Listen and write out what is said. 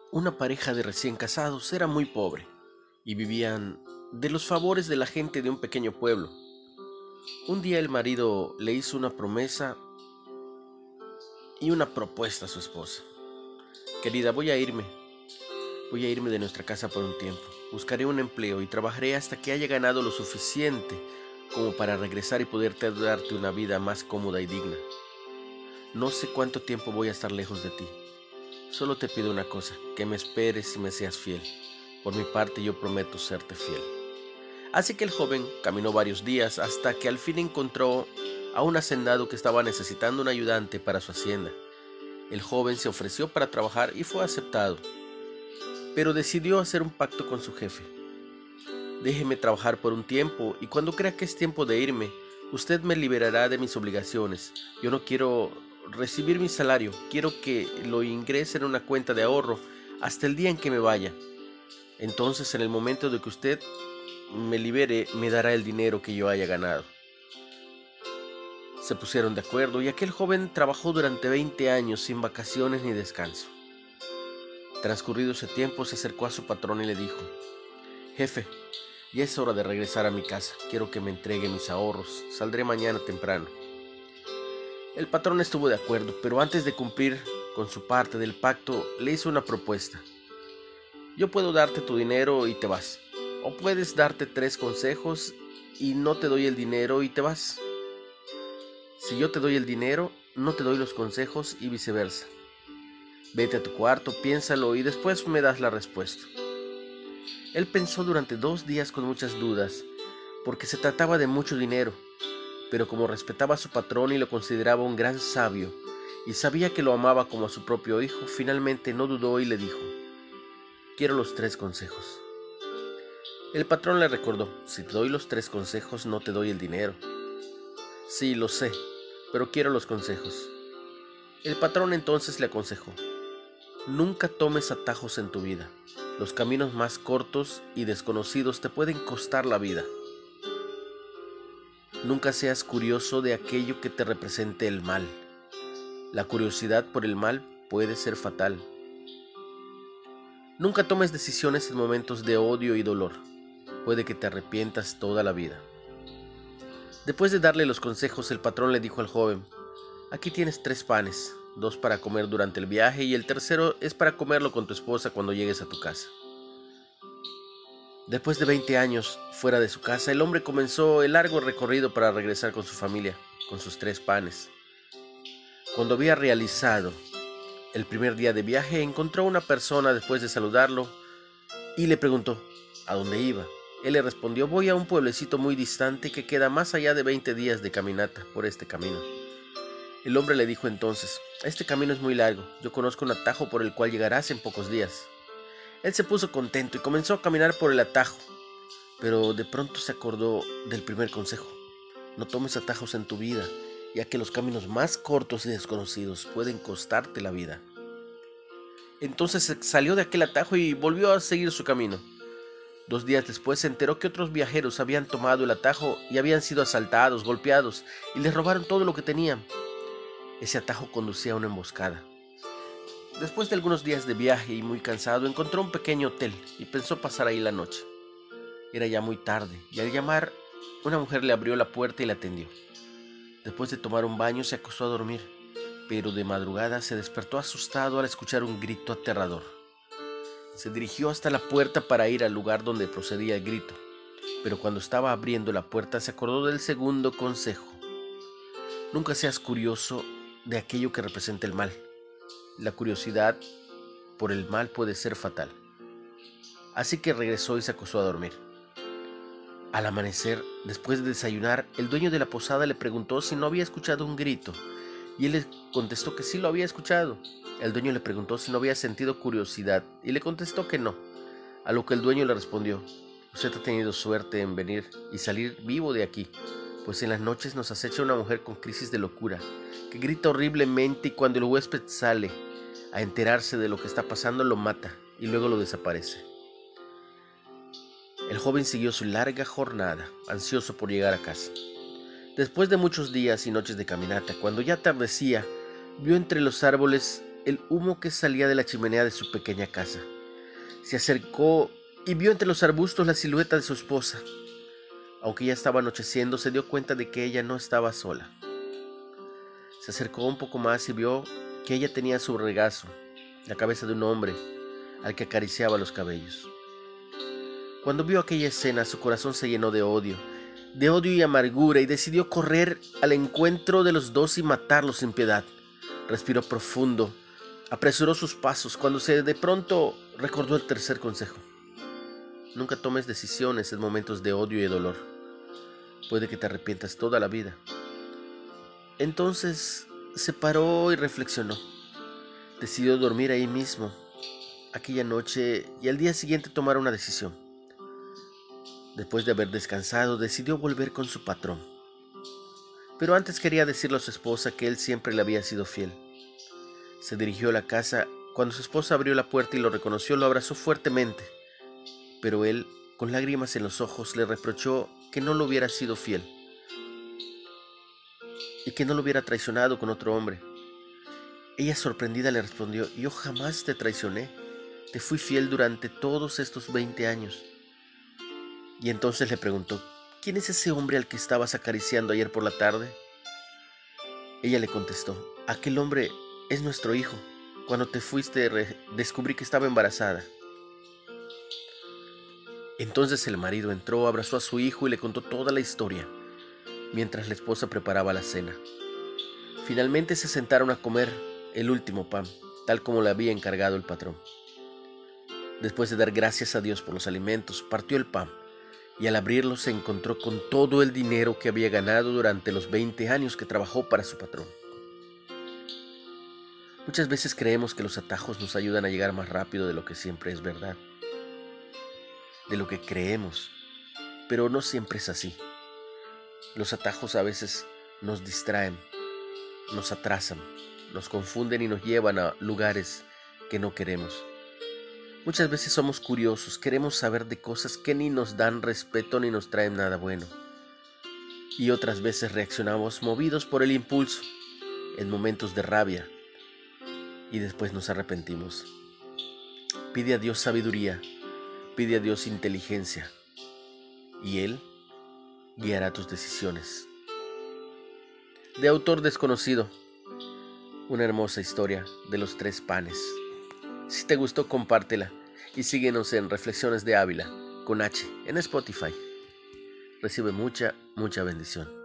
Una pareja de recién casados era muy pobre y vivían de los favores de la gente de un pequeño pueblo. Un día el marido le hizo una promesa y una propuesta a su esposa. Querida, voy a irme de nuestra casa por un tiempo. Buscaré un empleo y trabajaré hasta que haya ganado lo suficiente como para regresar y poderte darte una vida más cómoda y digna. No sé cuánto tiempo voy a estar lejos de ti. Solo te pido una cosa, que me esperes y me seas fiel. Por mi parte yo prometo serte fiel. Así que el joven caminó varios días hasta que al fin encontró a un hacendado que estaba necesitando un ayudante para su hacienda. El joven se ofreció para trabajar y fue aceptado, pero decidió hacer un pacto con su jefe. Déjeme trabajar por un tiempo y cuando crea que es tiempo de irme, usted me liberará de mis obligaciones. Yo no quiero recibir mi salario, quiero que lo ingrese en una cuenta de ahorro hasta el día en que me vaya. Entonces, en el momento de que usted me libere, me dará el dinero que yo haya ganado. Se pusieron de acuerdo y aquel joven trabajó durante 20 años sin vacaciones ni descanso. Transcurrido ese tiempo, se acercó a su patrón y le dijo: Jefe, ya es hora de regresar a mi casa. Quiero que me entregue mis ahorros. Saldré mañana temprano. El patrón estuvo de acuerdo, pero antes de cumplir con su parte del pacto, le hizo una propuesta. Yo puedo darte tu dinero y te vas. O puedes darte 3 consejos y no te doy el dinero y te vas. Si yo te doy el dinero, no te doy los consejos y viceversa. Vete a tu cuarto, piénsalo y después me das la respuesta. Él pensó durante 2 días con muchas dudas, porque se trataba de mucho dinero, pero como respetaba a su patrón y lo consideraba un gran sabio, y sabía que lo amaba como a su propio hijo, finalmente no dudó y le dijo: Quiero los 3 consejos. El patrón le recordó: Si te doy los 3 consejos, no te doy el dinero. Sí, lo sé, pero quiero los consejos. El patrón entonces le aconsejó: Nunca tomes atajos en tu vida. Los caminos más cortos y desconocidos te pueden costar la vida. Nunca seas curioso de aquello que te represente el mal. La curiosidad por el mal puede ser fatal. Nunca tomes decisiones en momentos de odio y dolor. Puede que te arrepientas toda la vida. Después de darle los consejos, el patrón le dijo al joven: Aquí tienes 3 panes, 2 para comer durante el viaje y el tercero es para comerlo con tu esposa cuando llegues a tu casa. Después de 20 años fuera de su casa, el hombre comenzó el largo recorrido para regresar con su familia, con sus 3 panes. Cuando había realizado el primer día de viaje, encontró a una persona después de saludarlo y le preguntó a dónde iba. Él le respondió: Voy a un pueblecito muy distante que queda más allá de 20 días de caminata por este camino. El hombre le dijo entonces: Este camino es muy largo, yo conozco un atajo por el cual llegarás en pocos días. Él se puso contento y comenzó a caminar por el atajo, pero de pronto se acordó del primer consejo: no tomes atajos en tu vida, ya que los caminos más cortos y desconocidos pueden costarte la vida. Entonces salió de aquel atajo y volvió a seguir su camino. 2 días después se enteró que otros viajeros habían tomado el atajo y habían sido asaltados, golpeados y les robaron todo lo que tenían. Ese atajo conducía a una emboscada. Después de algunos días de viaje y muy cansado, encontró un pequeño hotel y pensó pasar ahí la noche. Era ya muy tarde y al llamar, una mujer le abrió la puerta y la atendió. Después de tomar un baño se acostó a dormir, pero de madrugada se despertó asustado al escuchar un grito aterrador. Se dirigió hasta la puerta para ir al lugar donde procedía el grito, pero cuando estaba abriendo la puerta se acordó del segundo consejo: nunca seas curioso de aquello que representa el mal. La curiosidad por el mal puede ser fatal. Así que regresó y se acostó a dormir. Al amanecer, después de desayunar, el dueño de la posada le preguntó si no había escuchado un grito, y él le contestó que sí lo había escuchado. El dueño le preguntó si no había sentido curiosidad, y le contestó que no, a lo que el dueño le respondió: Usted ha tenido suerte en venir y salir vivo de aquí, pues en las noches nos acecha una mujer con crisis de locura, que grita horriblemente y cuando el huésped sale a enterarse de lo que está pasando lo mata y luego lo desaparece. El joven siguió su larga jornada, ansioso por llegar a casa. Después de muchos días y noches de caminata, cuando ya atardecía, vio entre los árboles el humo que salía de la chimenea de su pequeña casa. Se acercó y vio entre los arbustos la silueta de su esposa. Aunque ya estaba anocheciendo, se dio cuenta de que ella no estaba sola. Se acercó un poco más y vio que ella tenía a su regazo la cabeza de un hombre al que acariciaba los cabellos. Cuando vio aquella escena, su corazón se llenó de odio y amargura, y decidió correr al encuentro de los dos y matarlos sin piedad. Respiró profundo, apresuró sus pasos, cuando de pronto recordó el tercer consejo. Nunca tomes decisiones en momentos de odio y dolor. Puede que te arrepientas toda la vida. Entonces se paró y reflexionó. Decidió dormir ahí mismo aquella noche y al día siguiente tomar una decisión. Después de haber descansado, decidió volver con su patrón. Pero antes quería decirle a su esposa que él siempre le había sido fiel. Se dirigió a la casa. Cuando su esposa abrió la puerta y lo reconoció, lo abrazó fuertemente. Pero él, con lágrimas en los ojos, le reprochó que no lo hubiera sido fiel y que no lo hubiera traicionado con otro hombre. Ella, sorprendida, le respondió: yo jamás te traicioné. Te fui fiel durante todos estos 20 años. Y entonces le preguntó: ¿quién es ese hombre al que estabas acariciando ayer por la tarde? Ella le contestó: aquel hombre es nuestro hijo. Cuando te fuiste descubrí que estaba embarazada. Entonces el marido entró, abrazó a su hijo y le contó toda la historia, mientras la esposa preparaba la cena. Finalmente se sentaron a comer el último pan, tal como le había encargado el patrón. Después de dar gracias a Dios por los alimentos, partió el pan y al abrirlo se encontró con todo el dinero que había ganado durante los 20 años que trabajó para su patrón. Muchas veces creemos que los atajos nos ayudan a llegar más rápido de lo que siempre es verdad, de lo que creemos, pero no siempre es así. Los atajos a veces nos distraen, nos atrasan, nos confunden y nos llevan a lugares que no queremos. Muchas veces somos curiosos, queremos saber de cosas que ni nos dan respeto ni nos traen nada bueno. Y otras veces reaccionamos movidos por el impulso, en momentos de rabia, y después nos arrepentimos. Pide a Dios sabiduría, pide a Dios inteligencia, y Él guiará tus decisiones. De autor desconocido, una hermosa historia de los 3 panes. Si te gustó, compártela y síguenos en Reflexiones de Ávila con H en Spotify. Recibe mucha bendición.